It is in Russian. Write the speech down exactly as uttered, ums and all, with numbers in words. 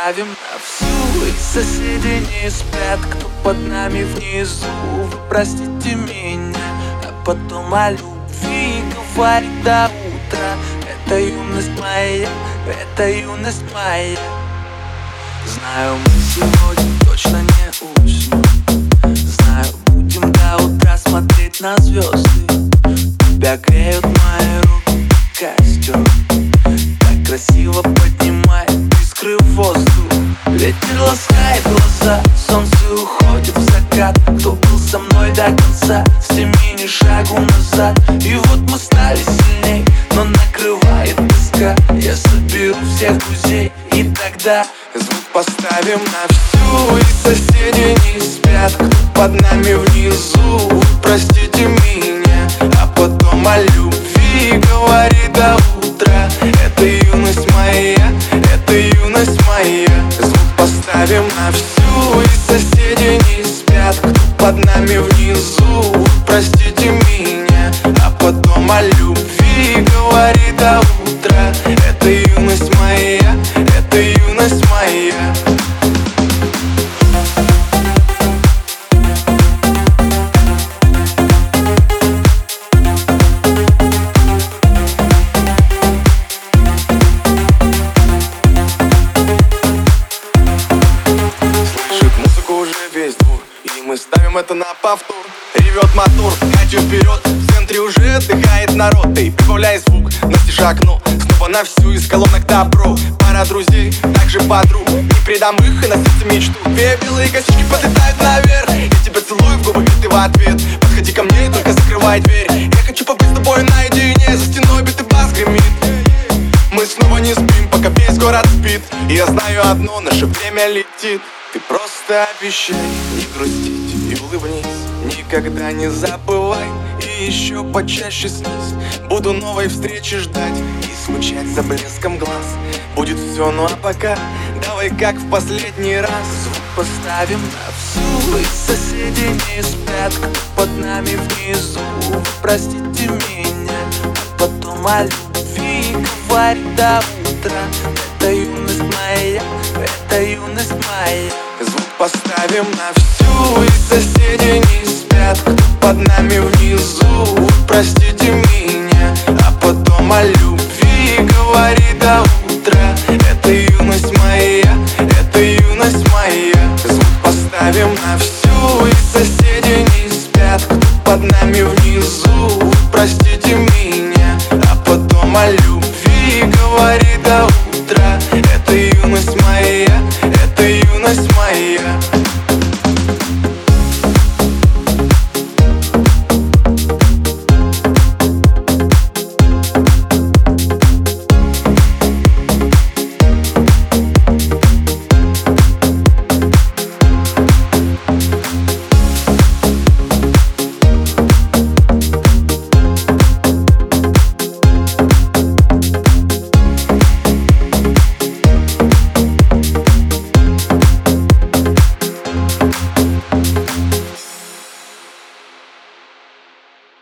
поставим на всю, и соседи не спят, кто под нами внизу. Вы простите меня, а потом о любви говорит до утра. Это юность моя, это юность моя. Знаю, мы сегодня точно не уснем. Знаю, будем до утра смотреть на звезды. Тебя греют мои руки, костер так красиво поднимает искры в воздух. Ветер ласкает глаза, солнце уходит в закат. Кто был со мной до конца, сними ни шагу назад. И вот мы стали сильней, но накрывает тоска. Я соберу всех друзей, и тогда звук поставим на всю, и соседи не спят, кто под нами внизу. Простите меня, а потом о любви говори до утра. Это юность моя, это юность моя. Звук поставим на всю, и соседи не спят, кто под нами внизу. Простите меня, а потом о любви говори до утра. Это юность моя, это юность моя. Мы ставим это на повтор. Ревет мотор, катю вперед. В центре уже отдыхает народ. Эй, прибавляй звук, настежь окно. Снова на всю, из колонок добро. Пара друзей, также подруг. Не предам их и на сердце мечту. Две белые косички подлетают наверх. Я тебя целую в губы, и ты в ответ. Подходи ко мне и только закрывай дверь. Я хочу побыть с тобой наедине. За стеной битый бас гремит. Мы снова не спим, пока весь город спит. И я знаю одно, наше время летит. Ты просто обещай не грустить и улыбнись. Никогда не забывай и еще почаще снись. Буду новой встречи ждать и скучать за блеском глаз. Будет все, ну а пока давай как в последний раз. Звук поставим на всю, и соседи не спят, кто под нами внизу. Простите меня, а потом о любви говори до утра. Это юность моя, это юность моя. Звук поставим на всю, и соседи не спят, кто под нами внизу. Простите меня, а потом о любви говори до утра. Это юность моя, это юность моя. Звук поставим на всю, и соседи не спят, кто под нами внизу. Простите меня, а потом о любви говори до утра. Это юность моя, это юность моя.